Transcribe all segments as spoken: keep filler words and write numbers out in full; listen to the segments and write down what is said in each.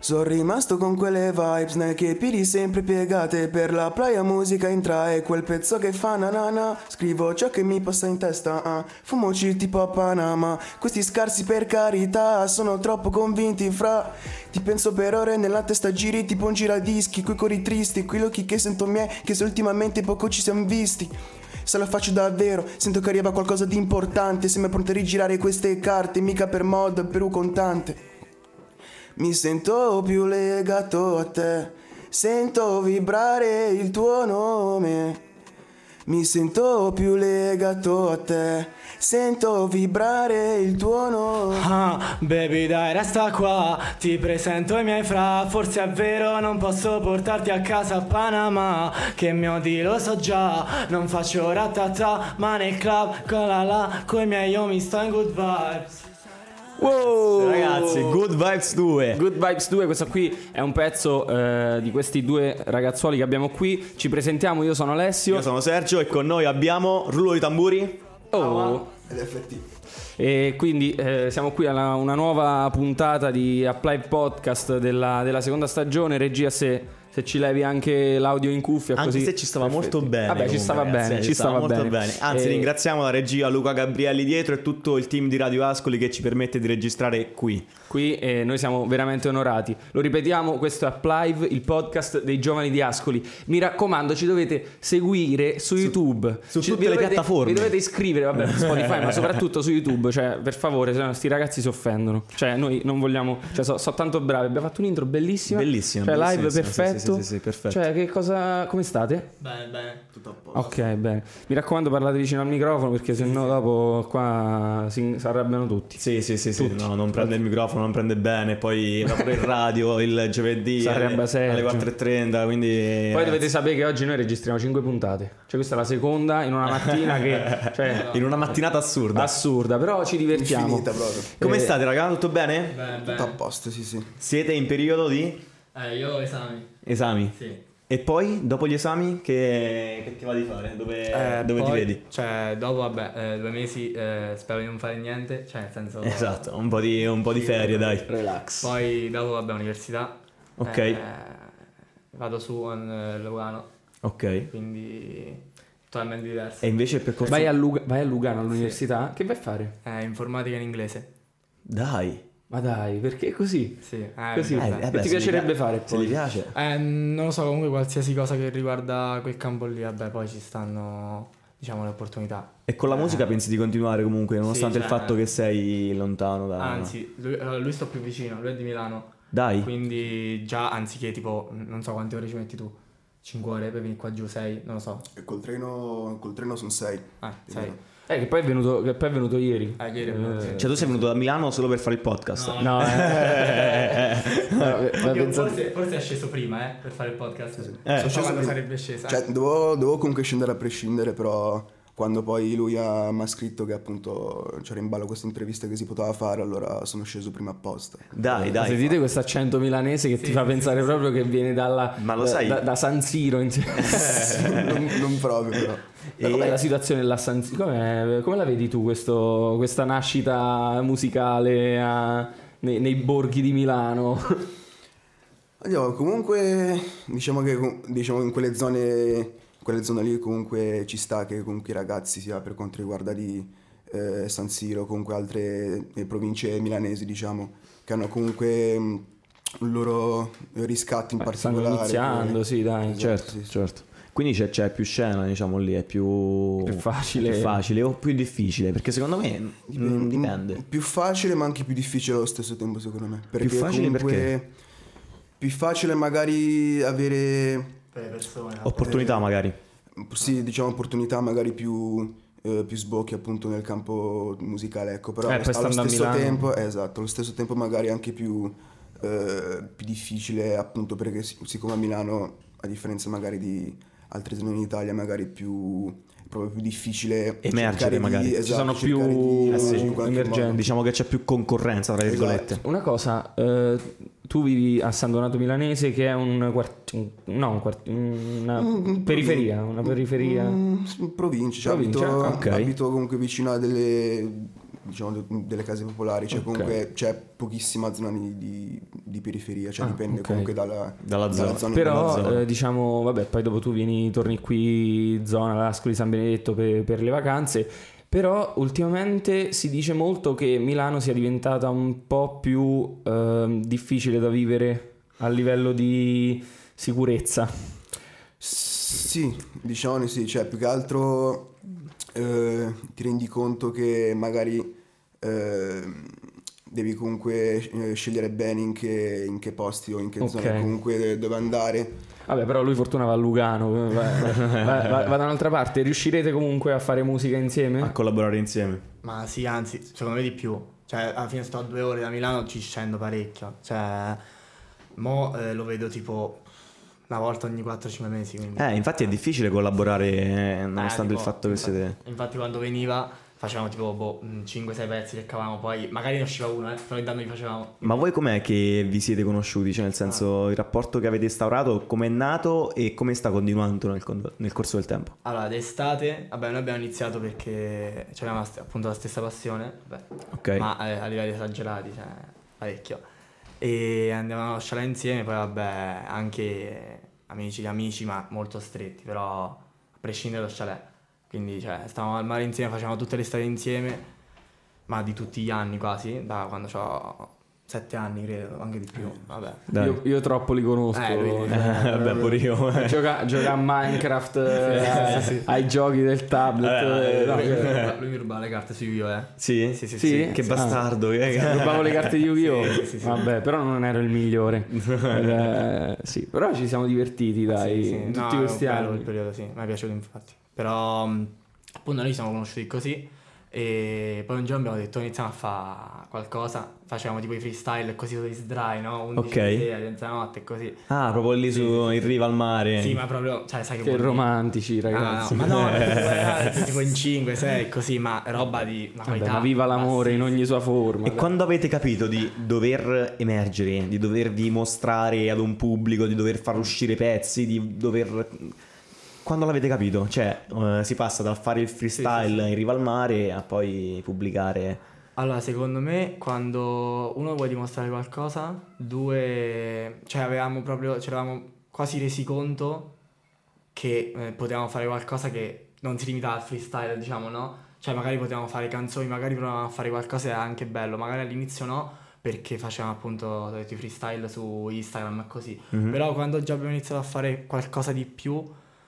Sono rimasto con quelle vibes, Nike piedi sempre piegate, per la playa musica entra e quel pezzo che fa na na na. Scrivo ciò che mi passa in testa, uh. fumo cheat tipo a Panama. Questi scarsi per carità sono troppo convinti fra. Ti penso per ore nella testa, giri tipo un giradischi, coi cori tristi, quei occhi che sento miei, che se ultimamente poco ci siamo visti. Se la faccio davvero, sento che arriva qualcosa di importante. Sembra pronto a rigirare queste carte, mica per mod, per un contante. Mi sento più legato a te, sento vibrare il tuo nome. Mi sento più legato a te, sento vibrare il tuo nome. Ah, baby dai resta qua, ti presento i miei fra. Forse è vero non posso portarti a casa a Panama, che mi odi lo so già, non faccio ratata, ma nel club con la la, coi miei io mi sto in good vibes. Wow, ragazzi, Good Vibes due. Good Vibes due, questo qui è un pezzo eh, di questi due ragazzuoli che abbiamo qui. Ci presentiamo, io sono Alessio. Io sono Sergio e con noi abbiamo rullo di tamburi. Oh. Ed F T. E quindi eh, siamo qui alla una nuova puntata di Apply Podcast della, della seconda stagione. Regia, se, se ci levi anche l'audio in cuffia, Anche così se ci stava perfetto. molto bene. Vabbè, comunque, ci stava ragazzi, bene, eh, ci stava, molto bene. bene. Anzi, E... ringraziamo la regia, Luca Gabrielli dietro e tutto il team di Radio Ascoli che ci permette di registrare qui. Qui eh, noi siamo veramente onorati. Lo ripetiamo, questo è Applive, il podcast dei giovani di Ascoli. Mi raccomando, ci dovete seguire su, su YouTube, Su ci, tutte vi le dovete, piattaforme. Vi dovete iscrivere, vabbè, su Spotify, ma soprattutto su YouTube. Cioè, per favore, se no sti ragazzi si offendono. Cioè, noi non vogliamo. Cioè, sono so tanto bravi. Abbiamo fatto un'intro bellissima. Bellissima. Cioè, live bellissima, perfetto. Sì, sì, sì, sì, perfetto. Cioè, che cosa. Come state? Bene, bene. Tutto a posto. Ok, bene. Mi raccomando, parlate vicino al microfono perché sennò dopo qua si, si arrabbiano tutti. Sì, sì, sì, sì. No, non prende il microfono, non prende bene. Poi va pure il radio il giovedì Si arrabbia alle, Sergio. alle quattro e trenta. Quindi Poi dovete sapere che oggi noi registriamo cinque puntate. Cioè, questa è la seconda in una mattina che. Cioè, in una mattinata assurda. assurda, però ci divertiamo. Infinita proprio. Come Eh, state, raga? Tutto bene? Bene, Tutto a posto, sì sì. Siete in periodo di Eh, io ho esami. esami? Sì. E poi, dopo gli esami, che, che ti va di fare? Dove, Eh, dove poi, ti vedi? Cioè, dopo, vabbè, eh, due mesi eh, spero di non fare niente. Cioè, nel senso. Esatto, un po' di, un po' di ferie, dai. Relax. Poi, dopo, vabbè, università. Ok. Eh, vado su a eh, Lugano. Ok. Quindi, totalmente diverso. E invece il percorso... Vai a, Luga- vai a Lugano all'università? Che vai a fare? Eh, informatica in inglese. Dai. Ma dai, perché così? Sì, eh, Così. vabbè. Eh, Che beh, ti se piacerebbe gli pia- fare Se poi? gli piace. Eh, non lo so, comunque qualsiasi cosa che riguarda quel campo lì, vabbè, poi ci stanno, diciamo, le opportunità. E con la musica pensi di continuare comunque, nonostante Sì, il cioè- fatto che sei lontano da... Anzi, lui, allora, lui sto più vicino, lui è di Milano. Dai. Quindi già, anziché tipo, non so quante ore ci metti tu, cinque ore per venire qua giù, sei, non lo so. E col treno, col treno sono sei. Ah, sei. Eh, che poi è venuto, che poi è venuto ieri. Eh, ieri è venuto, sì. Cioè tu sei venuto da Milano solo per fare il podcast? No, No, eh. No, eh, Io penso- forse, forse è sceso prima, eh, per fare il podcast. Eh. So Sono sceso quando prima. sarebbe scesa. Cioè, dovevo, dovevo comunque scendere a prescindere, però quando poi lui ha- mi ha scritto che appunto c'era in ballo questa intervista che si poteva fare, allora sono sceso prima apposta. Dai, dai. Sentite questo accento milanese che ti fa pensare proprio che viene dalla, Ma lo da, sai? da, da San Siro. in- non, non proprio però. Ma com'è la situazione là a San Siro? Com'è- come la vedi tu questo, questa nascita musicale a- nei, nei borghi di Milano? Oddio, comunque diciamo che diciamo in quelle zone, in quelle zone lì comunque ci sta che comunque i ragazzi, sia per quanto riguarda di eh, San Siro, comunque altre eh, province milanesi, diciamo, che hanno comunque mh, un loro riscatto in Beh, stanno particolare. iniziando, che- sì, dai. Esatto, Certo, sì, sì. certo. Quindi c'è, c'è più scena, diciamo lì, è più... Più facile. più facile o più difficile? Perché secondo me mm, dipende. Più facile ma anche più difficile allo stesso tempo secondo me. Perché facile comunque perché? più facile magari avere Per le persone. Opportunità magari. sì, diciamo opportunità magari più, eh, più sbocchi appunto nel campo musicale, ecco, però Eh, allo, poi allo stando a stesso Milano. tempo, eh, esatto, allo stesso tempo magari anche più, eh, più difficile appunto perché sic- siccome a Milano, a differenza magari di altre zone in Italia, magari più proprio più difficile Emergere, cercare di- magari. Ci esatto, sono cercare più di- eh sì, in qualche emergenti. modo. Diciamo che c'è più concorrenza, tra virgolette. Esatto. Una cosa, eh, tu vivi a San Donato Milanese, che è un quartiere, no, un quart- una Mm, periferia, una periferia. Mm, provincia, cioè Provincia? abito, Ok. abito comunque vicino a delle diciamo de- delle case popolari, cioè Ok. comunque c'è pochissima zona di, di, di periferia, cioè Ah, dipende ok. comunque dalla, Dalla zona. zona. Però Una zona. eh, diciamo, vabbè, poi dopo tu vieni, torni qui, zona l'Ascoli San Benedetto per, per le vacanze. Però ultimamente si dice molto che Milano sia diventata un po' più ehm, difficile da vivere a livello di sicurezza. Sì, diciamo di sì, cioè più che altro eh, ti rendi conto che magari eh, devi comunque eh, scegliere bene in che, in che posti o in che Ok. zone comunque dove andare. Vabbè, però lui fortuna va a Lugano, va, va- va- va da un'altra parte. Riuscirete comunque a fare musica insieme? A collaborare insieme. Ma sì, anzi, secondo me di più. Cioè, alla fine sto a due ore da Milano, ci scendo parecchio. Cioè, mo eh, lo vedo tipo una volta ogni quattro cinque mesi. Quindi. Eh, infatti è difficile collaborare eh, nonostante Eh, il tipo, fatto che infatti, siete... Infatti quando veniva facevamo tipo boh, cinque sei pezzi che cavavamo, poi magari ne usciva uno, eh, però intanto li facevamo. Ma voi com'è che vi siete conosciuti? Cioè nel senso il rapporto che avete instaurato, com'è nato e come sta continuando nel, con- nel corso del tempo? Allora, d'estate, vabbè, noi abbiamo iniziato perché avevamo appunto la stessa passione, vabbè, Ok. ma eh, a livelli esagerati, cioè parecchio. E andavamo a chalet insieme, poi vabbè, anche amici di amici, ma molto stretti, però a prescindere dallo chalet. Quindi, cioè, stavamo al mare insieme, facevamo tutte le estate insieme, ma di tutti gli anni quasi, da quando ho sette anni, credo, anche di più, vabbè. Dai. Io, io troppo li conosco. Eh, lui- Vabbè, pure io. Gioca, gioca a Minecraft, eh, ai giochi del tablet. Eh, eh, no, lui, mi eh. ruba- lui mi ruba le carte su Yu-Gi-Oh, eh. Sì? Sì, sì, Sì? sì. Che Sì. bastardo. che- Rubavo le carte di Yu-Gi-Oh! Sì, sì, sì. Vabbè, però non ero il migliore. Eh, sì, però ci siamo divertiti, dai, Sì, sì. in No, tutti è questi bello anni. quel periodo, sì, mi è piaciuto infatti. Però mh, appunto noi ci siamo conosciuti così e poi un giorno abbiamo detto iniziamo a fare qualcosa, facevamo tipo i freestyle così su Isdry, no? undici Ok. di sera, mezzanotte così. Ah, proprio lì Sì, su sì, in riva al mare. Sì, ma proprio, cioè sai che Che vuol dire? romantici, Ah, ragazzi. no, ma no, eh, tipo in cinque, sei così, ma roba di una Vabbè, qualità. ma viva l'amore in ogni sua forma. E dai. quando avete capito di dover emergere, di dovervi mostrare ad un pubblico, di dover far uscire pezzi, di dover... Quando l'avete capito? Cioè, eh, si passa dal fare il freestyle Sì, sì, in riva al mare a poi pubblicare... Allora, secondo me, quando uno vuole dimostrare qualcosa, due, cioè avevamo proprio, ci eravamo quasi resi conto che eh, potevamo fare qualcosa che non si limitava al freestyle, diciamo, no? Cioè magari potevamo fare canzoni, magari provavamo a fare qualcosa e era anche bello, magari all'inizio no, perché facevamo appunto ho detto, i freestyle su Instagram e così. Mhm. Però quando già abbiamo iniziato a fare qualcosa di più,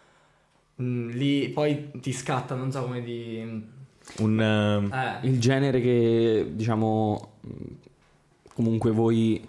mh, lì poi ti scatta, non so come di... Un... eh, Eh, Il genere che, diciamo, mh, comunque voi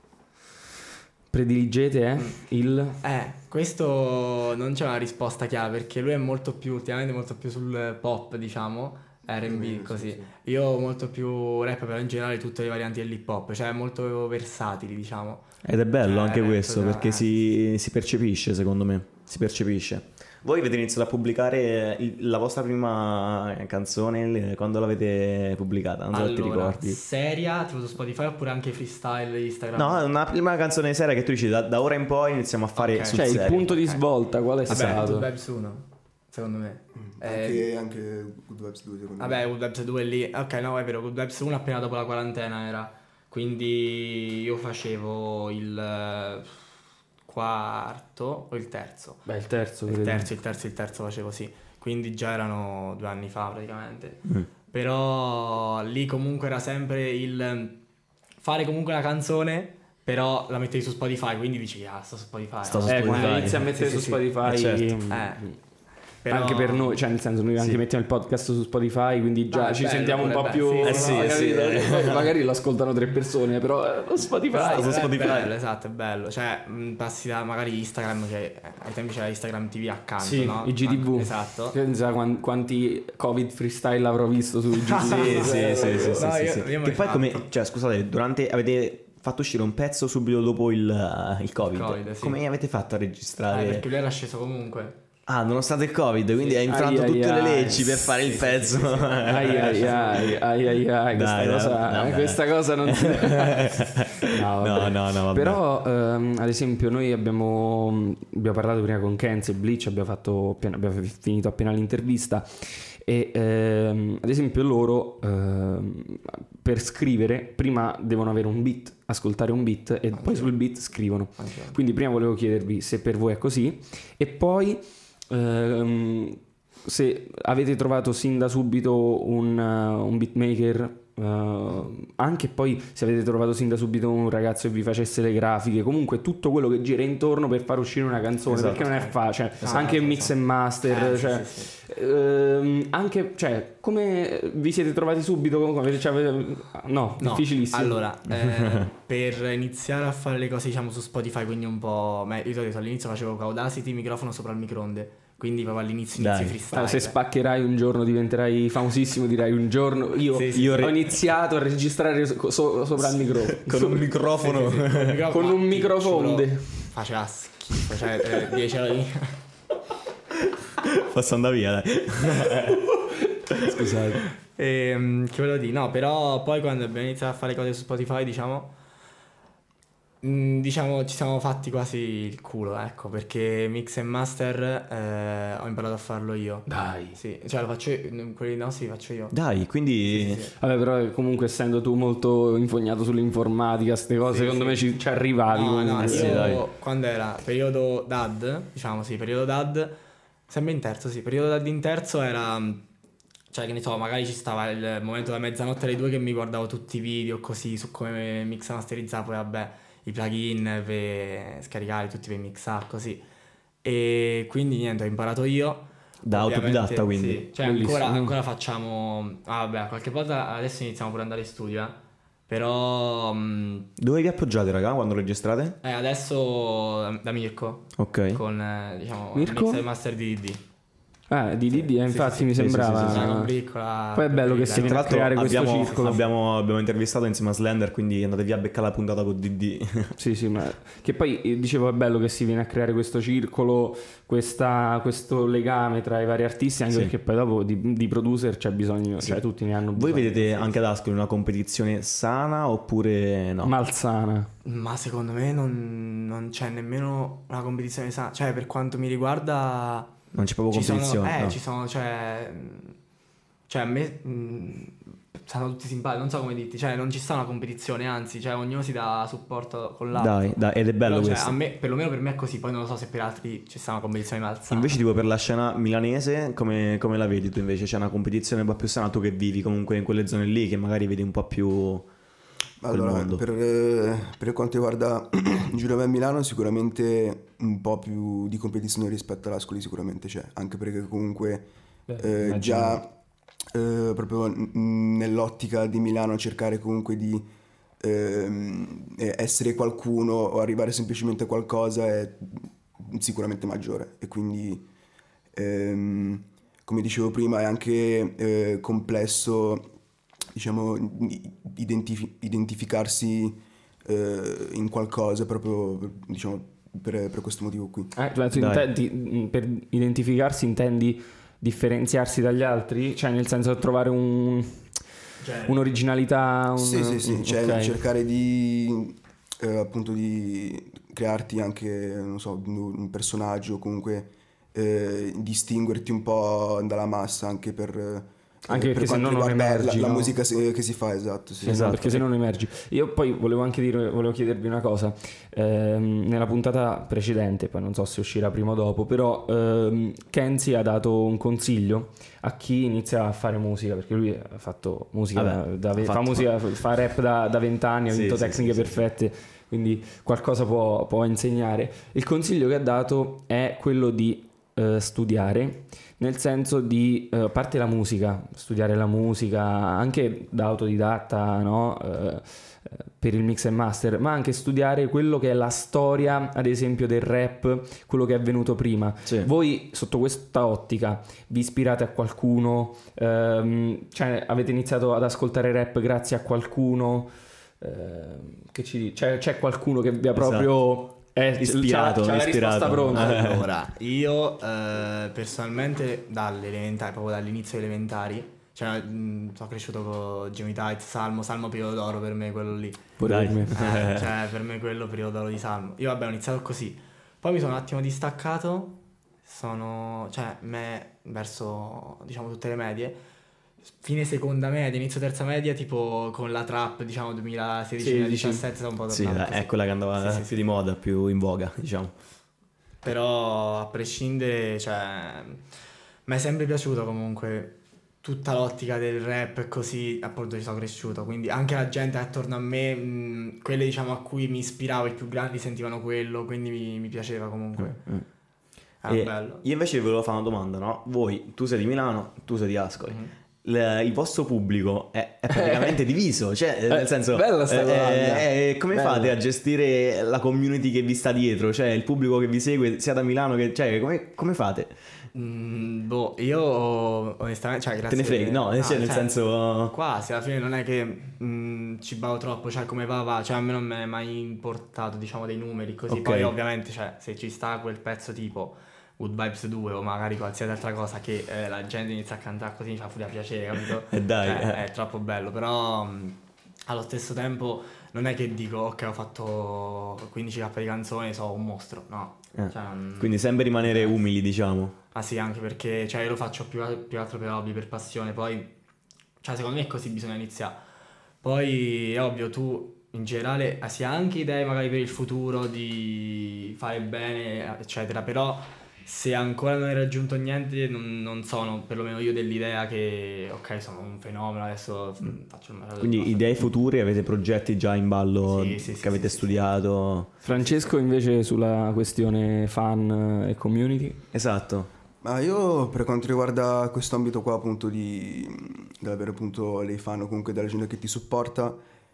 prediligete è il... Eh, questo non c'è una risposta chiara perché lui è molto più, ultimamente molto più sul pop, diciamo, R and B, Sì, così. sì. Io molto più rap, però in generale tutte le varianti dell'hip hop, cioè molto versatili, diciamo. Ed è bello Eh, anche rap, questo, eh, perché sì, si, si percepisce, secondo me. Si percepisce. Voi avete iniziato a pubblicare il- la vostra prima canzone il- quando l'avete pubblicata? Non so se ti Allora, ricordi. seria, tipo su Spotify oppure anche freestyle, Instagram? No, è una prima canzone seria che tu dici da, da ora in poi iniziamo a fare Ok. sul Cioè, il serio. punto di Ok. svolta qual è Vabbè, stato? Good Vibes uno, secondo me. Eh, Anche, anche Good Vibes due secondo Vabbè, me. Good Vibes due lì, ok, no, è vero, Good Vibes uno appena dopo la quarantena era, quindi io facevo il eh, quarto o il terzo? Beh, il terzo, Il credo. terzo, il terzo, il terzo facevo sì, quindi già erano due anni fa praticamente. Mm. Però lì comunque era sempre il fare comunque una canzone, però la mettevi su Spotify, quindi dici, ah, sto su Spotify. Sto no? su Eh, Spotify. quando inizi a mettere Sì, su sì, sì. Spotify... Eh, certo. mh, Eh. Però- Anche per noi, cioè nel senso noi anche Sì. mettiamo il podcast su Spotify, quindi già Ah, è ci bello, sentiamo un po' pure, più... beh, sì, sì, magari, sì, eh. magari lo ascoltano tre persone, però eh, Spotify... Sta su È Spotify. bello, esatto, è bello. Cioè, mh, passi da magari Instagram, che eh, ai tempi c'era Instagram T V accanto, Sì, no? i G T V. Ah, esatto. Pensa quan- quanti Covid freestyle avrò visto su G T V. Sì, sì, sì, sì, sì, No, sì, io- sì. io me Che l'ho poi fatto. come, cioè scusate, durante avete fatto uscire un pezzo subito dopo il, uh, il Covid. Covid, sì. Come avete fatto a Eh, registrare? perché lui era sceso comunque. Ah, nonostante il Covid, quindi hai infranto Ai, ai, tutte le ai. leggi per fare il sì, pezzo. sì, Ai ai ai ai ai ai, questa Dai, cosa, dai, vabbè. questa cosa non si No, No, no, no, vabbè. Però ehm, ad esempio noi abbiamo, abbiamo parlato prima con Kenzie e Bleach, abbiamo, fatto appena, abbiamo finito appena l'intervista e ehm, ad esempio loro ehm, per scrivere prima devono avere un beat, ascoltare un beat e Anche poi io. sul beat scrivono. Anche io. Quindi prima volevo chiedervi se per voi è così e poi ehm, se avete trovato sin da subito un, uh, un beatmaker, uh, anche poi se avete trovato sin da subito un ragazzo che vi facesse le grafiche, comunque tutto quello che gira intorno per far uscire una canzone, Esatto. perché non è facile, Esatto, anche il mix esatto. and master, Eh, sì, cioè, sì, sì. ehm, anche, cioè, come vi siete trovati subito? Come, avete- cioè, avete- no, No, difficilissimo. allora, eh, per iniziare a fare le cose diciamo su Spotify, quindi un po'... me- io ti ho detto, all'inizio facevo con Audacity, microfono sopra il microonde, quindi proprio all'inizio Dai. inizi freestyle. Ah, se spaccherai un giorno diventerai famosissimo, dirai un giorno io, Sì, sì, io sì. ho iniziato a registrare so- so- sopra il microfono Con un microfono. Sì, sì, sì, con il microfono, con ma un ti microfonde. giuro, faceva schifo, cioè eh, dieci euro. Posso andare via, dai. Scusate. Ehm, che volevo dire? No, però poi quando abbiamo iniziato a fare cose su Spotify, diciamo, mh, diciamo ci siamo fatti quasi il culo, ecco, perché mix and master eh, ho imparato a farlo io. Dai. Sì, cioè lo faccio io, quelli nostri li faccio io. Dai, quindi... Sì, sì, sì. Vabbè, però comunque essendo tu molto infognato sull'informatica, ste cose, Sì, secondo sì. me ci, ci arrivavi. No, no, comunque. io sì, dai. quando era periodo D A D, diciamo sì, periodo D A D, sempre in terzo, sì, periodo D A D in terzo era, cioè che ne so, magari ci stava il momento da mezzanotte alle due che mi guardavo tutti i video così su come mix masterizzare, poi vabbè, i plugin per scaricare tutti per mixare così. E quindi niente, ho imparato io. Da Ovviamente, autodidatta, quindi. sì, cioè Bellissimo. ancora, ancora facciamo, ah vabbè, qualche volta adesso iniziamo pure ad andare in studio, eh. Però mh, Dove vi appoggiate, raga, quando registrate? eh, adesso da Mirko Ok. con eh, diciamo Mirko? il mix e master di D D. Ah, di D D, eh, infatti sì, mi sì, sembrava. sì, sì, sì. Una briccola. Poi è bello che Dai. si Tra viene a l'altro creare questo abbiamo, circolo. abbiamo, abbiamo intervistato insieme a Slender, quindi andatevi a beccare la puntata con D D. Sì, sì, ma che poi eh, dicevo è bello che si viene a creare questo circolo, questa, questo legame tra i vari artisti, anche Sì. perché poi dopo di, di producer c'è bisogno, cioè tutti ne hanno Voi bisogno. vedete anche ad Ascoli una competizione sana oppure no? Malsana. Ma secondo me non, non c'è nemmeno una competizione sana. Cioè, per quanto mi riguarda. Non c'è proprio Ci sono, competizione. eh, no. ci sono, cioè. mh, Cioè, a me. mh, Sono tutti simpatici, non so come dirti. Cioè, non ci sta una competizione, anzi, cioè, ognuno si dà supporto con l'altro. Dai, dai, ed è bello Però, cioè, questo. a me, perlomeno per me è così. Poi non lo so se per altri ci sta una competizione malsana. Invece tipo per la scena milanese come, come la vedi tu invece? C'è una competizione un po' più sana, tu che vivi comunque in quelle zone lì, che magari vedi un po' più quel Allora, mondo. per, eh, per quanto riguarda Giulia Milano, sicuramente un po' più di competizione rispetto all'Ascoli sicuramente c'è, anche perché comunque eh, immagino. già eh, proprio n- nell'ottica di Milano cercare comunque di ehm, eh, essere qualcuno o arrivare semplicemente a qualcosa è sicuramente maggiore e quindi ehm, come dicevo prima è anche eh, complesso, diciamo, identifi- identificarsi eh, in qualcosa proprio, diciamo, per, per questo motivo qui. Eh, cioè, tu Dai. intendi- per identificarsi intendi differenziarsi dagli altri? Cioè nel senso trovare un, Cioè, un'originalità? Un, Sì, sì, sì, un- cioè ok. cercare di eh, appunto di crearti anche, non so, un un personaggio, o comunque eh, distinguerti un po' dalla massa anche per... eh, Anche per perché se quanto no non riguarda emergi, la, la no? musica se- che si fa, esatto, sì. Sì, esatto, perché se no non emergi. Io poi volevo anche dire, volevo chiedervi una cosa. Ehm, nella puntata precedente, poi non so se uscirà prima o dopo, però ehm, Kenzie ha dato un consiglio a chi inizia a fare musica, perché lui ha fatto musica, Vabbè, da, ha fa fatto- musica, fa rap da, da vent'anni, ha Sì, vinto sì, tecniche sì, sì. perfette, quindi qualcosa può, può insegnare. Il consiglio che ha dato è quello di eh, studiare. Nel senso di, eh, a parte la musica, studiare la musica anche da autodidatta, no? Eh, per il mix and master, ma anche studiare quello che è la storia, ad esempio, del rap, quello che è avvenuto prima. Sì. Voi, sotto questa ottica, vi ispirate a qualcuno? Ehm, cioè, avete iniziato ad ascoltare rap grazie a qualcuno? Ehm, che ci dice? Cioè, c'è qualcuno che vi ha proprio... Eh, Ispirato, c'ha, c'ha la ispirato. risposta pronta. Allora, io eh, personalmente dalle elementari, proprio dall'inizio delle elementari, Cioè, mh, sono cresciuto con Jimmy Tight, Salmo, Salmo periodo d'oro per me, quello lì. Pure per me. Eh, cioè, per me quello periodo d'oro di Salmo. Io vabbè ho iniziato così. Poi mi sono un attimo distaccato, sono, cioè, me, verso, diciamo, tutte le medie. Fine seconda media, inizio terza media, tipo con la trap, diciamo, duemilasedici duemiladiciassette, sono un po' Sì, tornato è quella che andava Sì, sì, più sì. di moda, più in voga, diciamo. Però a prescindere, cioè, mi è sempre piaciuto comunque tutta l'ottica del rap e così, appunto ci sono cresciuto, quindi anche la gente attorno a me, mh, quelle diciamo a cui mi ispiravo, i più grandi sentivano quello, quindi mi, mi piaceva comunque. Mm. Era E bello. io invece vi volevo fare una domanda, no? Voi, tu sei di Milano, tu sei di Ascoli. Mhm. Il, il vostro pubblico è, è praticamente diviso, cioè nel senso bella sta eh, domanda. eh, come Bella. fate a gestire la community che vi sta dietro, cioè il pubblico che vi segue sia da Milano che, cioè come, come fate? Mm, boh, io onestamente, cioè grazie... Te ne freghi? No, Ah, cioè, nel cioè, senso quasi, alla fine non è che mm, ci bavo troppo, cioè come va va, cioè a me non mi è mai importato diciamo dei numeri così, Ok. poi ovviamente cioè se ci sta quel pezzo tipo Good Vibes due o magari qualsiasi altra cosa che eh, la gente inizia a cantare così mi fa pure piacere, capito? E dai, Cioè, eh. è troppo bello, però mh, allo stesso tempo non è che dico ok ho fatto quindici k di canzoni, sono un mostro, no. Eh. Cioè, non- Quindi sempre rimanere umili, diciamo. Ah sì, anche perché cioè, io lo faccio più, più altro per hobby, per passione, poi cioè secondo me così bisogna iniziare. Poi è ovvio, tu in generale hai anche idee magari per il futuro di fare bene, eccetera, però se ancora non hai raggiunto niente non, non sono, perlomeno io, dell'idea che ok sono un fenomeno, adesso mm, faccio il Quindi idee future, avete progetti già in ballo Sì, sì, che sì, avete sì, sì. studiato? Francesco invece sulla questione fan e community. Esatto. Ma io per quanto riguarda questo ambito qua appunto di dell'avere appunto dei fan o comunque della gente che ti supporta,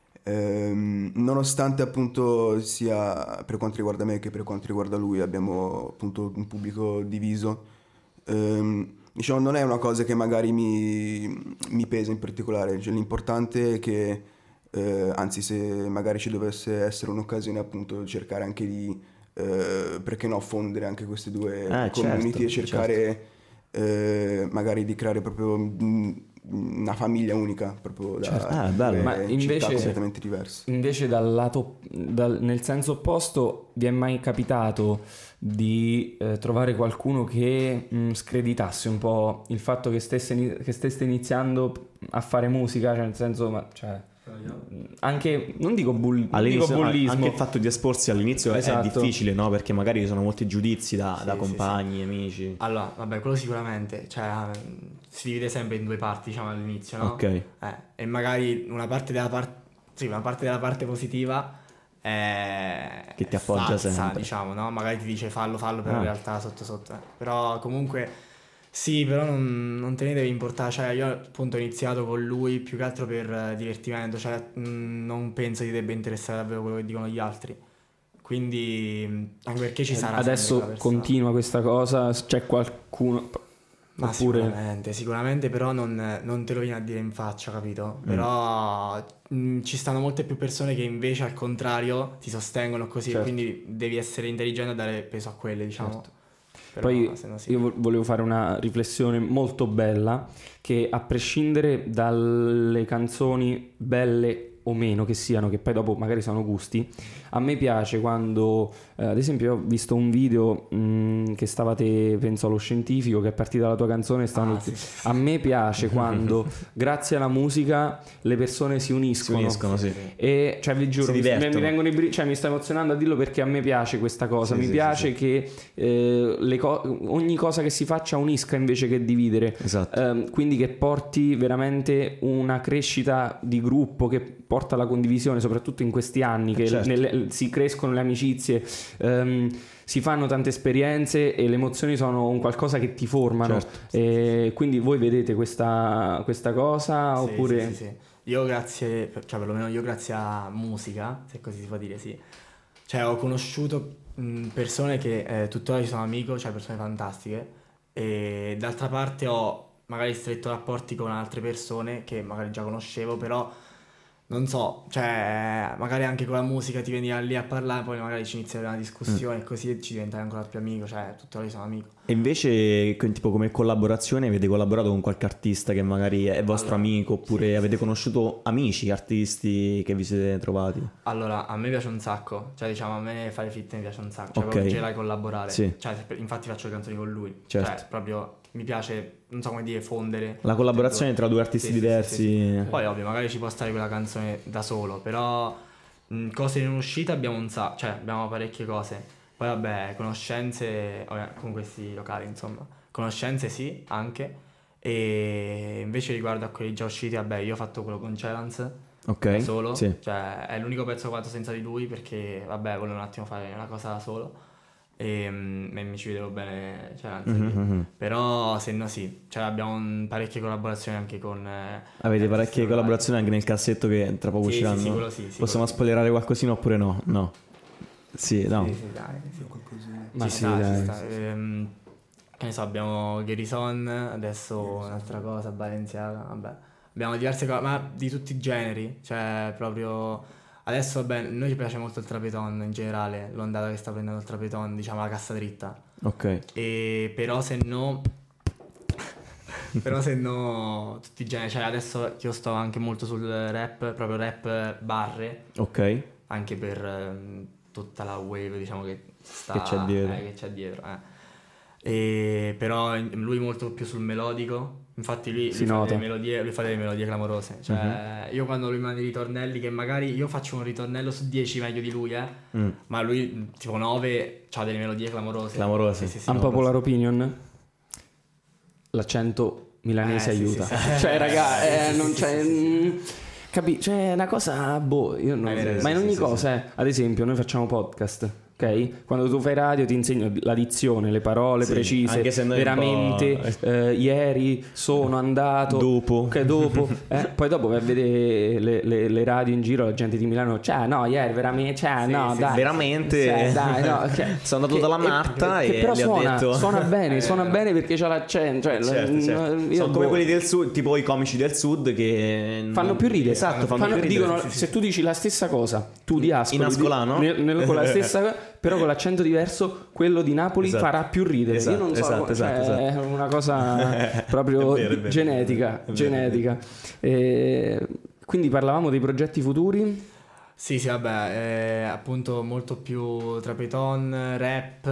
ehm, nonostante appunto sia per quanto riguarda me che per quanto riguarda lui abbiamo appunto un pubblico diviso, ehm, diciamo non è una cosa che magari mi, mi pesa in particolare, cioè, l'importante è che eh, anzi se magari ci dovesse essere un'occasione appunto cercare anche di eh, perché no fondere anche queste due Eh, community certo, e cercare eh, magari di creare proprio mm, una famiglia unica proprio da Certo. Ah, bello. due Ma città invece- completamente diverse. Invece dal lato, dal- nel senso opposto, vi è mai capitato di eh, trovare qualcuno che mh, screditasse un po' il fatto che stesse, ini- che stesse iniziando a fare musica, cioè nel senso, ma, cioè, anche, non dico, bull- non dico All'inizio, bullismo, anche il fatto di esporsi all'inizio Esatto. è difficile, no? Perché magari ci sono molti giudizi da, Sì, da sì, compagni, amici. Allora, vabbè, quello sicuramente, cioè ehm, si divide sempre in due parti, diciamo all'inizio, no? Ok. Eh, e magari una parte della parte, sì, una parte della parte positiva è Che ti appoggia falsa, sempre. diciamo, no? Magari ti dice fallo, fallo, però Ah. in realtà sotto sotto. eh. Però comunque sì, però non, non te ne devi importare, cioè io appunto ho iniziato con lui più che altro per eh, divertimento, cioè mh, non penso ti debba interessare davvero quello che dicono gli altri. Quindi mh, anche perché ci sarà sempre adesso quella persona. continua questa cosa, c'è qualcuno, Ma oppure sicuramente, sicuramente però non, non te lo viene a dire in faccia, capito? Però mh, ci stanno molte più persone che invece al contrario ti sostengono così, Certo. quindi devi essere intelligente a dare peso a quelle, diciamo. Certo. Però, Poi se no sì. io vo- volevo fare una riflessione molto bella, che a prescindere dalle canzoni belle o meno che siano, che poi dopo magari sono gusti, a me piace quando eh, ad esempio ho visto un video mh, che stavate, penso allo scientifico, che è partita la tua canzone, stavano Ah, tutti- sì, sì, a me piace quando grazie alla musica le persone si Si uniscono, uniscono, sì. e cioè vi giuro Si mi, mi divertono. vengono i bri- cioè mi sta emozionando a dirlo, perché a me piace questa cosa, Sì, mi sì, piace sì, che eh, le co- ogni cosa che si faccia unisca invece che dividere. Esatto. Ehm, quindi che porti veramente una crescita di gruppo, che porta alla condivisione, soprattutto in questi anni che Certo. nelle- si crescono le amicizie, ehm, si fanno tante esperienze e le emozioni sono un qualcosa che ti formano. Certo. E quindi voi vedete questa, questa cosa Sì, oppure sì, sì, sì. Io grazie, cioè perlomeno io grazie a musica, se così si può dire, sì. Cioè ho conosciuto mh, persone che eh, tuttora ci sono amico, cioè persone fantastiche, e d'altra parte ho magari stretto rapporti con altre persone che magari già conoscevo, però non so, cioè magari anche con la musica ti veni lì a parlare, poi magari ci inizia una discussione mm. e così ci diventai ancora più amico, cioè tutto io sono amico. E invece tipo come collaborazione avete collaborato con qualche artista che magari è vostro allora, amico oppure sì, avete sì, conosciuto amici, artisti che vi siete trovati? Allora a me piace un sacco, cioè diciamo a me fare feat mi piace un sacco, cioè okay. proprio Gelai collaborare, sì. cioè infatti faccio le canzoni con lui, certo. cioè proprio mi piace, non so come dire, fondere la collaborazione tra due artisti sì, diversi sì, sì, sì. Poi ovvio magari ci può stare quella canzone da solo, però mh, cose in uscita abbiamo un sacco, cioè abbiamo parecchie cose. Poi vabbè, conoscenze con questi locali, insomma. Conoscenze sì, anche. E invece riguardo a quelli già usciti, vabbè, io ho fatto quello con Celans. Ok. Da solo. Sì. Cioè, è l'unico pezzo che ho fatto senza di lui perché, vabbè, volevo un attimo fare una cosa da solo. E, e mi ci vedevo bene Celans. Mm-hmm. Però, se no sì. Cioè, abbiamo un, parecchie collaborazioni anche con... Eh, Avete parecchie collaborazioni anche nel cassetto che tra poco sì, usciranno? Sì, sì, quello sì. sì Possiamo quello spoilerare qualcosina oppure no? No. Sì, no. Sì, sì, dai. Sì. Ma ci sì, sta, dai. ci sta. Ehm, che ne so, abbiamo Garrison, adesso un'altra cosa, Balenciaga, vabbè. Abbiamo diverse cose, ma di tutti i generi, cioè proprio... Adesso, vabbè, noi ci piace molto il trapeton in generale, l'ondata che sta prendendo il trapeton, diciamo la cassa dritta. Ok. E però se no... però se no tutti i generi, cioè adesso io sto anche molto sul rap, proprio rap barre. Ok. Anche per um, tutta la wave, diciamo, che sta... Che c'è dietro. Eh, che c'è dietro, eh. E però lui molto più sul melodico, infatti lui, lui, fa, delle melodie, lui fa delle melodie clamorose, cioè uh-huh. io quando lui manda i ritornelli, che magari io faccio un ritornello su dieci meglio di lui, eh mm. ma lui tipo nove c'ha delle melodie clamorose. Clamorose. Sì, sì, sì, Unpopular opinion, l'accento milanese eh, aiuta, sì, sì, sì. cioè raga, sì, eh, sì, non sì, c'è... sì, sì. Capi? Cioè è una cosa, boh, io non... vero, ma in sì, ogni sì, cosa, sì. Eh, ad esempio noi facciamo podcast, ok? Quando tu fai radio ti insegno la dizione, le parole sì, precise, anche se noi veramente, eh, ieri sono andato, dopo, ok, dopo, eh, poi dopo vai a vedere le, le, le radio in giro, la gente di Milano, cioè no, ieri veramente, cioè sì, no, sì, dai, veramente, cioè, dai, no, che, sono andato che, dalla matta che, e che però gli suona, ho detto suona bene, suona bene perché c'ha l'accento, cioè, certo, certo. Io sono boh, come quelli del sud, tipo i comici del sud che fanno più ridere, esatto, fanno, fanno più ridere. dicono, Sì, sì, se tu dici la stessa cosa, tu di Ascoli, in ascolano, di, nel, con la stessa però con l'accento diverso, quello di Napoli esatto. farà più ridere. Esatto, io non so, esatto, cioè, esatto, è una cosa proprio è vero, è vero, genetica, è vero, genetica. è vero. E quindi parlavamo dei progetti futuri. Sì, sì, vabbè, eh, appunto molto più trapeton, rap,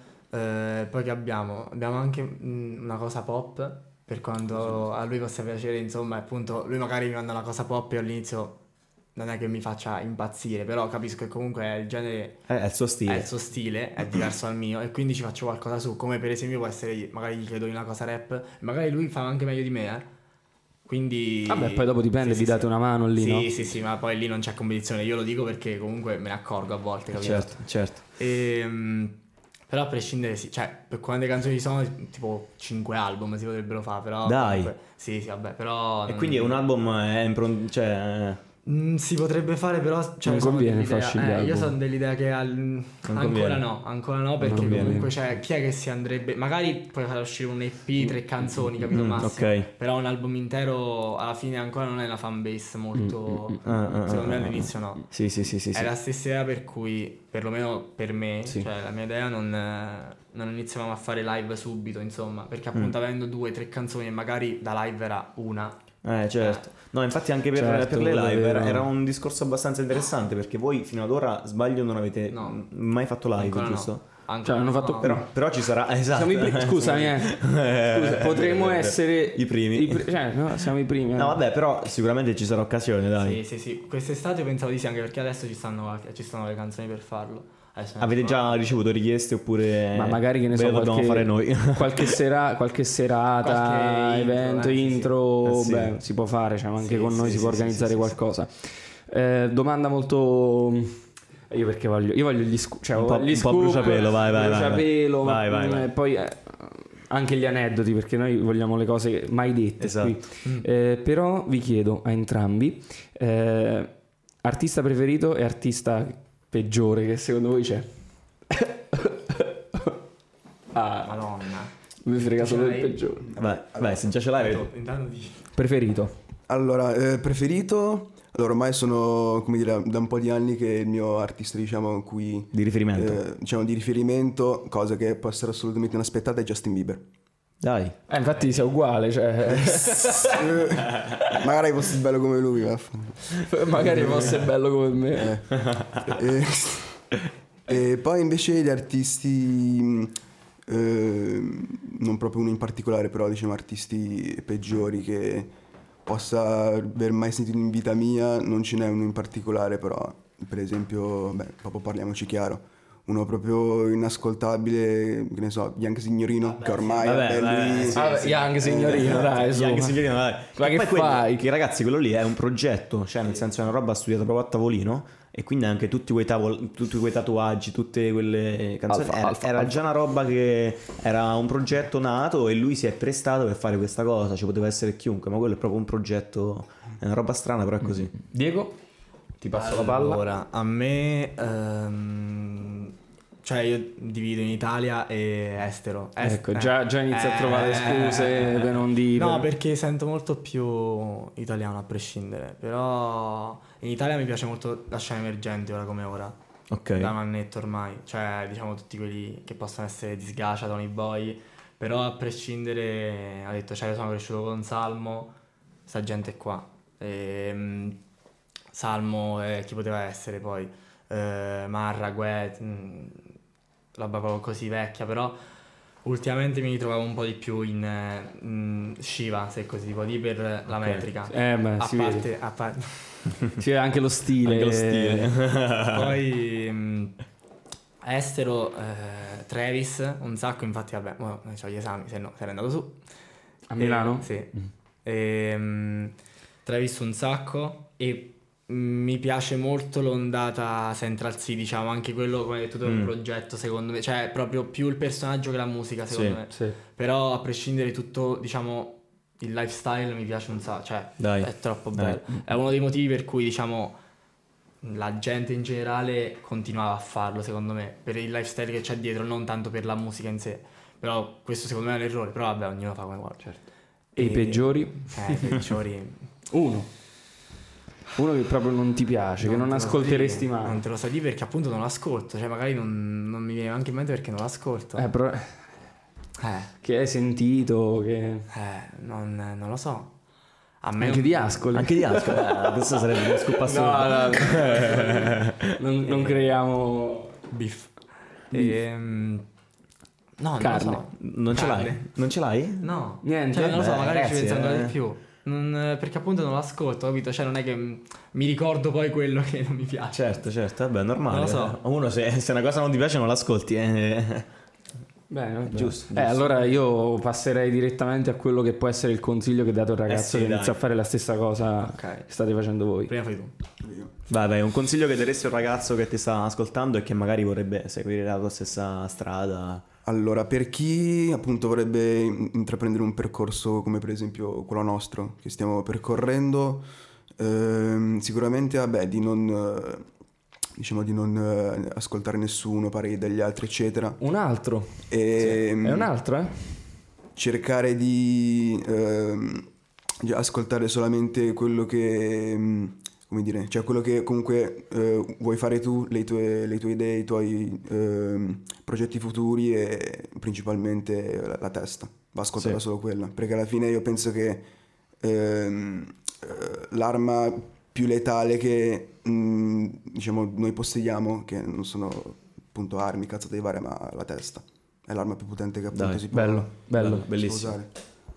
eh, poi che abbiamo? Abbiamo anche mh, una cosa pop, per quanto a lui possa piacere, insomma, appunto, lui magari mi manda una cosa pop e all'inizio non è che mi faccia impazzire, però capisco che comunque è il genere, è il suo stile, è il suo stile, è diverso dal mio e quindi ci faccio qualcosa su, come per esempio può essere, magari gli chiedo una cosa rap, magari lui fa anche meglio di me, eh. Quindi vabbè, poi dopo dipende, sì, vi sì, date sì. una mano lì, sì, no? Sì, sì, sì, ma poi lì non c'è competizione, io lo dico perché comunque me ne accorgo a volte, capito? certo, certo. E, um, però a prescindere, sì, cioè, per quante canzoni ci sono, tipo cinque album si potrebbero fare, però dai, comunque, sì, sì, vabbè, però e non... quindi un album è impron- cioè Mm, si potrebbe fare, però cioè, non conviene farci gli eh, album. io sono dell'idea che al... ancora conviene. no, ancora no, perché conviene. comunque cioè, chi è che si andrebbe, magari puoi far uscire un E P, tre canzoni, capito, Mm, massimo, ok. però un album intero alla fine ancora non è una fanbase molto, Mm, mm, mm. secondo me Ah, ah, all'inizio no. Sì, sì, sì, sì, È sì. la stessa idea per cui, perlomeno per me, Sì. cioè la mia idea non, eh, non iniziavamo a fare live subito, insomma, perché appunto Mm. avendo due, tre canzoni e magari da live era una. Eh, certo. No, infatti anche per, Certo, per le quello è live era, vero. era un discorso abbastanza interessante perché voi fino ad ora, sbaglio, non avete No. mai fatto live, Ancora giusto? no. Ancora Cioè, hanno no, fatto- no. Però, però ci sarà, esatto. Siamo i primi, scusami, eh. Scusa, potremmo essere i primi. i pri- cioè, no, siamo i primi. eh. No, vabbè, però sicuramente ci sarà occasione, dai. Sì, sì, sì. Quest'estate pensavo di sì, anche perché adesso ci stanno, ci stanno le canzoni per farlo. Adesso ne Avete so- già ricevuto richieste oppure Ma magari che ne ve so, lo dobbiamo qualche, fare noi? qualche, sera, qualche serata, Qualche intro, evento, eh, sì, sì. intro, Eh, sì. beh, si può fare, cioè, anche Sì, con noi sì, si può sì, organizzare sì, sì, qualcosa. Eh, domanda molto... Io perché voglio, io voglio gli scoop, cioè, Un po'- gli un po' scoop, bruciapelo, vai, vai, vai, bruciapelo, vai. Vai, vai, mm, vai. e poi eh, anche gli aneddoti, perché noi vogliamo le cose mai dette Esatto. qui. Eh, però vi chiedo a entrambi, eh, artista preferito e artista peggiore che secondo voi c'è? Ah, Madonna. mi frega solo il C'hai? peggiore. Vai, vai, se già ce l'hai. Intanto di... Preferito? Allora, eh, preferito Allora, ormai sono, come dire, da un po' di anni che il mio artista, diciamo, cui, Di riferimento. eh, diciamo, di riferimento, cosa che può essere assolutamente inaspettata, è Justin Bieber. Dai. Eh, infatti sei uguale, cioè... Eh, Magari fossi bello come lui, vaffanculo. magari fosse bello come me. Eh. E, e poi invece gli artisti, eh, non proprio uno in particolare, però diciamo artisti peggiori che possa aver mai sentito in vita mia, non ce n'è uno in particolare, però per esempio, beh, proprio parliamoci chiaro, uno proprio inascoltabile, che ne so, Young Signorino, che ormai Vabbè, vabbè, vabbè, lui... sì, Ah, Young Signorino, dai, su. Young Signorino, dai. Ma che poi quello- fai? Che ragazzi, quello lì è un progetto, cioè nel senso è una roba studiata proprio a tavolino e quindi anche tutti quei, tavol- tutti quei tatuaggi, tutte quelle canzoni, Alfa, era, alfa, era alfa. già una roba che era un progetto nato e lui si è prestato per fare questa cosa, ci poteva essere chiunque, ma quello è proprio un progetto, è una roba strana, però è così. Diego, ti passo la palla. Allora, a me... ehm, cioè io divido in Italia e estero. Est- Ecco, eh. già, già inizia a trovare Eh, scuse per non dire. No, perché sento molto più italiano a prescindere. Però in Italia mi piace molto la scena emergente ora come ora. Ok. Da un annetto ormai. Cioè, diciamo tutti quelli che possono essere Disgacia, Tony Boy. Però a prescindere, ha detto, cioè io sono cresciuto con Salmo, sta gente qua. E, Salmo, eh, chi poteva essere poi? Eh, Marra, Guet, mh, roba proprio così vecchia, però ultimamente mi ritrovavo un po' di più in eh, mh, Shiva, se così si può dire, per la metrica. Eh, beh, A si vede. parte, a parte Sì, anche lo stile. Anche lo stile. poi mh, estero, eh, Travis, un sacco, infatti vabbè, mo ho gli esami, se no sarei andato su. A Milano? Eh, sì. E, mh, Travis un sacco e mh, mi piace molto l'ondata Central C, diciamo, anche quello come hai detto tu è un Mm. progetto secondo me, cioè proprio più il personaggio che la musica secondo Sì, me. Sì. Però a prescindere tutto, diciamo, il lifestyle mi piace un sacco, cioè Dai. è troppo Dai. bello. È uno dei motivi per cui, diciamo, la gente in generale continuava a farlo, secondo me, per il lifestyle che c'è dietro, non tanto per la musica in sé. Però questo secondo me è un errore, però vabbè, ognuno fa come vuole. Certo. E i peggiori? Eh, i peggiori... Uno. Uno che proprio non ti piace, che non te lo so ascolteresti dire, mai. Non te lo so dire perché appunto non l'ascolto, cioè magari non, non mi viene anche in mente perché non l'ascolto. Eh, però... Eh, Che hai sentito, che... eh, non, non lo so. A me Anche un- di Ascoli. Anche di Asco, eh, questo sarebbe uno scoop assurdo. No, no, no. non, non creiamo... Beef. Ehm, no, non Carne. lo so. Non ce Carne. l'hai? Non ce l'hai? No. Niente? Cioè, non lo so, Beh, magari ragazzi, ci penso ancora eh. di più. Non- perché appunto non l'ascolto, capito? Cioè non è che mm, mi ricordo poi quello che non mi piace. Certo, certo, vabbè, è normale. Non lo so. Uno se, se una cosa non ti piace non l'ascolti, eh. Bene, vabbè. Giusto, Eh, giusto. allora io passerei direttamente a quello che può essere il consiglio che date al ragazzo Eh sì, che inizia dai. a fare la stessa cosa Ok. che state facendo voi. Prima fai tu. Vai, vai, un consiglio che daresti a un ragazzo che ti sta ascoltando e che magari vorrebbe seguire la tua stessa strada. Allora, per chi appunto vorrebbe in- intraprendere un percorso come per esempio quello nostro che stiamo percorrendo, ehm, sicuramente vabbè, di non, eh, diciamo, di non eh, ascoltare nessuno, pareri degli altri, eccetera. Un altro. E È un altro, eh? cercare di ehm, di ascoltare solamente quello che, mm, come dire, cioè quello che comunque eh, vuoi fare tu, le tue, le tue idee, i tuoi ehm, progetti futuri e principalmente la, la testa. Va ascoltata Sì. solo quella, perché alla fine io penso che ehm, eh, l'arma più letale che mm, diciamo noi possediamo, che non sono appunto armi, cazzate varie, ma la testa. È l'arma più potente che appunto Dai, si può, Bello, bello. si può Bellissimo. usare.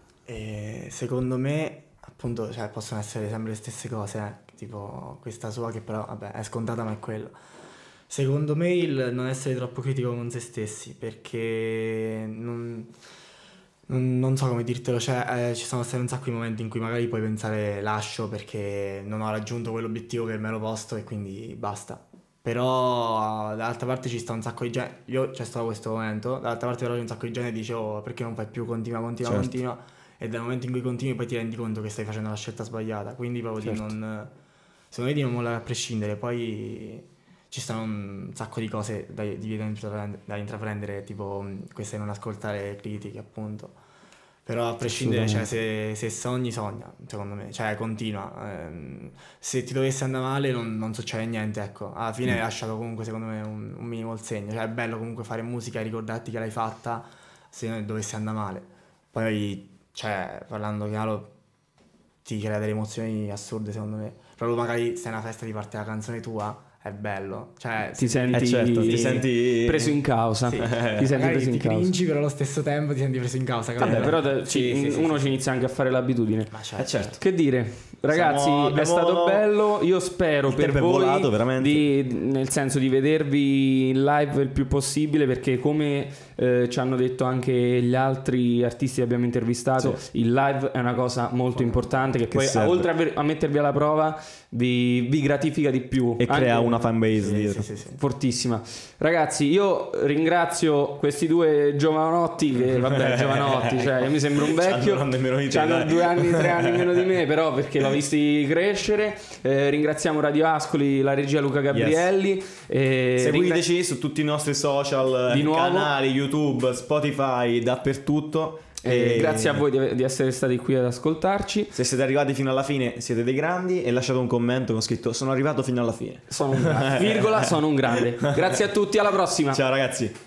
E secondo me, appunto, cioè, possono essere sempre le stesse cose, eh. Tipo questa sua che però, vabbè, è scontata ma è quello. Secondo me il non essere troppo critico con se stessi, perché non, non, non so come dirtelo, cioè eh, ci sono stati un sacco di momenti in cui magari puoi pensare lascio perché non ho raggiunto quell'obiettivo che me l'ho posto e quindi basta. Però dall'altra parte ci sta un sacco di gente, io c'è stato questo momento, dall'altra parte però c'è un sacco di gente che dice oh perché non fai più, continua, continua, Certo. continua, e dal momento in cui continui poi ti rendi conto che stai facendo la scelta sbagliata, quindi proprio Certo. di non, secondo me di non mollare a prescindere, poi ci stanno un sacco di cose da, di- da intraprendere, da intraprendere, tipo mh, questa di non ascoltare critiche appunto, Però a prescindere, cioè, se, se sogni, sogna, secondo me, cioè continua. Ehm, se ti dovesse andare male non, non succede niente, ecco. Alla fine hai lasciato comunque, secondo me, un, un minimo il segno. Cioè è bello comunque fare musica e ricordarti che l'hai fatta se non dovesse andare male. Poi, cioè, parlando chiaro, ti crea delle emozioni assurde, secondo me. Proprio magari se è una festa ti parte la canzone tua, è bello, cioè ti senti, eh certo, ti senti preso in causa, sì. ti senti magari preso in ti causa. cringi, però allo stesso tempo ti senti preso in causa. Vabbè, però te, sì, ci, sì, sì, uno sì. ci inizia anche a fare l'abitudine. Ma certo. Eh certo. Che dire, ragazzi, Siamo- è abbiamo- stato bello. Io spero Il per tempo è voi volato, veramente. di, nel senso di vedervi in live il più possibile, perché come eh, ci hanno detto anche gli altri artisti che abbiamo intervistato, Sì. il live è una cosa molto importante che, Che poi serve. oltre a, ver- a mettervi alla prova vi, vi gratifica di più E Anche- crea una fanbase Sì, dietro. sì, sì, sì. fortissima. Ragazzi, io ringrazio questi due giovanotti che vabbè, giovanotti, cioè io mi sembro un vecchio. C'hanno nemmeno di te, C'hanno dai. due anni, tre anni meno di me, però perché l'ho visti crescere. Eh, ringraziamo Radio Ascoli, la regia Luca Gabrielli. E Seguiteci su tutti i nostri social, Di nuovo. canali, YouTube, Spotify, dappertutto. Eh, E grazie a voi di, di essere stati qui ad ascoltarci. Se siete arrivati fino alla fine siete dei grandi, e lasciate un commento con scritto sono arrivato fino alla fine. Sono un grande. Virgola, sono un grande. Grazie a tutti, alla prossima. Ciao ragazzi.